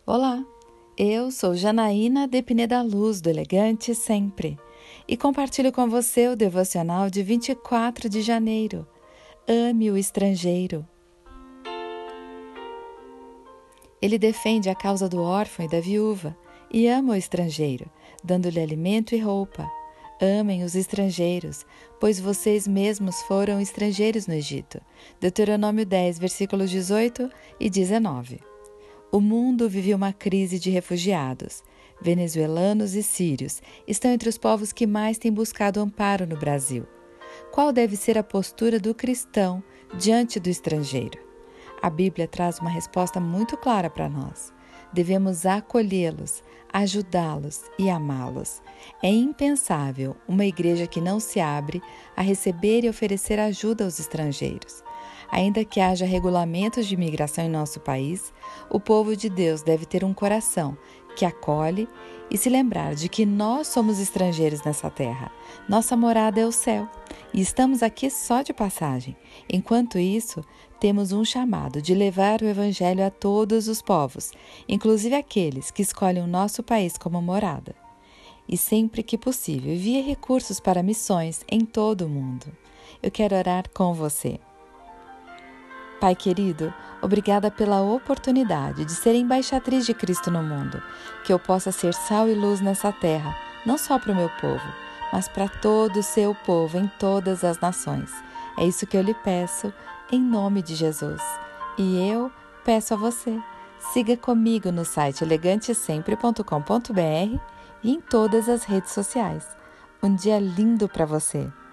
Olá, eu sou Janaína de Pineda Luz, do Elegante Sempre, e compartilho com você o devocional de 24 de janeiro. Ame o estrangeiro. Ele defende a causa do órfão e da viúva e ama o estrangeiro, dando-lhe alimento e roupa. Amem os estrangeiros, pois vocês mesmos foram estrangeiros no Egito. Deuteronômio 10, versículos 18 e 19. O mundo vive uma crise de refugiados. Venezuelanos e sírios estão entre os povos que mais têm buscado amparo no Brasil. Qual deve ser a postura do cristão diante do estrangeiro? A Bíblia traz uma resposta muito clara para nós. Devemos acolhê-los, ajudá-los e amá-los. É impensável uma igreja que não se abre a receber e oferecer ajuda aos estrangeiros. Ainda que haja regulamentos de imigração em nosso país, o povo de Deus deve ter um coração que acolhe e se lembrar de que nós somos estrangeiros nessa terra. Nossa morada é o céu e estamos aqui só de passagem. Enquanto isso, temos um chamado de levar o Evangelho a todos os povos, inclusive aqueles que escolhem o nosso país como morada. E sempre que possível, envie recursos para missões em todo o mundo. Eu quero orar com você. Pai querido, obrigada pela oportunidade de ser embaixatriz de Cristo no mundo, que eu possa ser sal e luz nessa terra, não só para o meu povo, mas para todo o seu povo em todas as nações. É isso que eu lhe peço, em nome de Jesus. E eu peço a você, siga comigo no site elegantesempre.com.br e em todas as redes sociais. Um dia lindo para você!